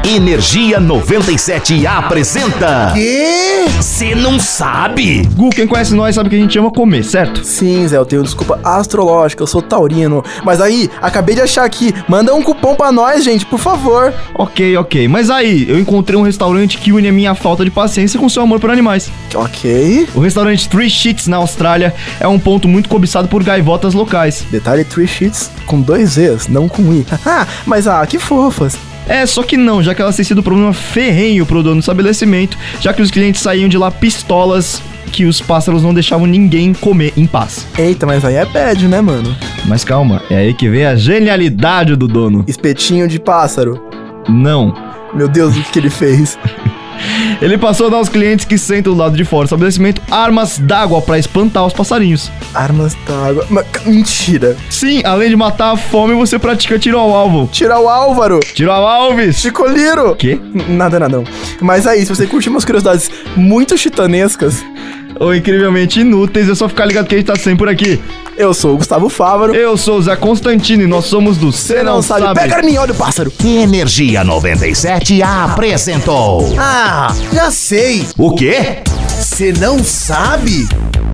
Energia 97 apresenta... Quê? Cê não sabe? Gu, quem conhece nós sabe que a gente ama comer, certo? Sim, Zé, eu tenho desculpa astrológica, eu sou taurino. Mas aí, acabei de achar aqui, manda um cupom pra nós, gente, por favor. Ok. Mas aí, eu encontrei um restaurante que une a minha falta de paciência com seu amor por animais. Ok. O restaurante Three Sheets, na Austrália, é um ponto muito cobiçado por gaivotas locais. Detalhe, 3 sheets com 2 E's, não com I. Mas que fofas. Só que não, já que elas têm sido um problema ferrenho pro dono do estabelecimento, já que os clientes saíam de lá pistolas que os pássaros não deixavam ninguém comer em paz. Eita, mas aí é bad, né, mano? Mas calma, é aí que vem a genialidade do dono. Espetinho de pássaro. Não. Meu Deus, o que ele fez? Ele passou a dar aos clientes que sentam do lado de fora do estabelecimento armas d'água pra espantar os passarinhos. Armas d'água. Mentira. Sim, além de matar a fome, você pratica tiro ao alvo. Tirar o Álvaro. Tiro ao Alves! Chicoliro. Quê? Nada. Mas aí, se você curte umas curiosidades muito chitanescas, Ou incrivelmente inúteis, é só ficar ligado que a gente tá sempre por aqui. eu sou o Gustavo Fávaro. Eu sou o Zé Constantino e nós somos do Cê Não Sabe. Pega em mim, olha o pássaro. Energia 97 apresentou... Já sei. O quê? Você não sabe?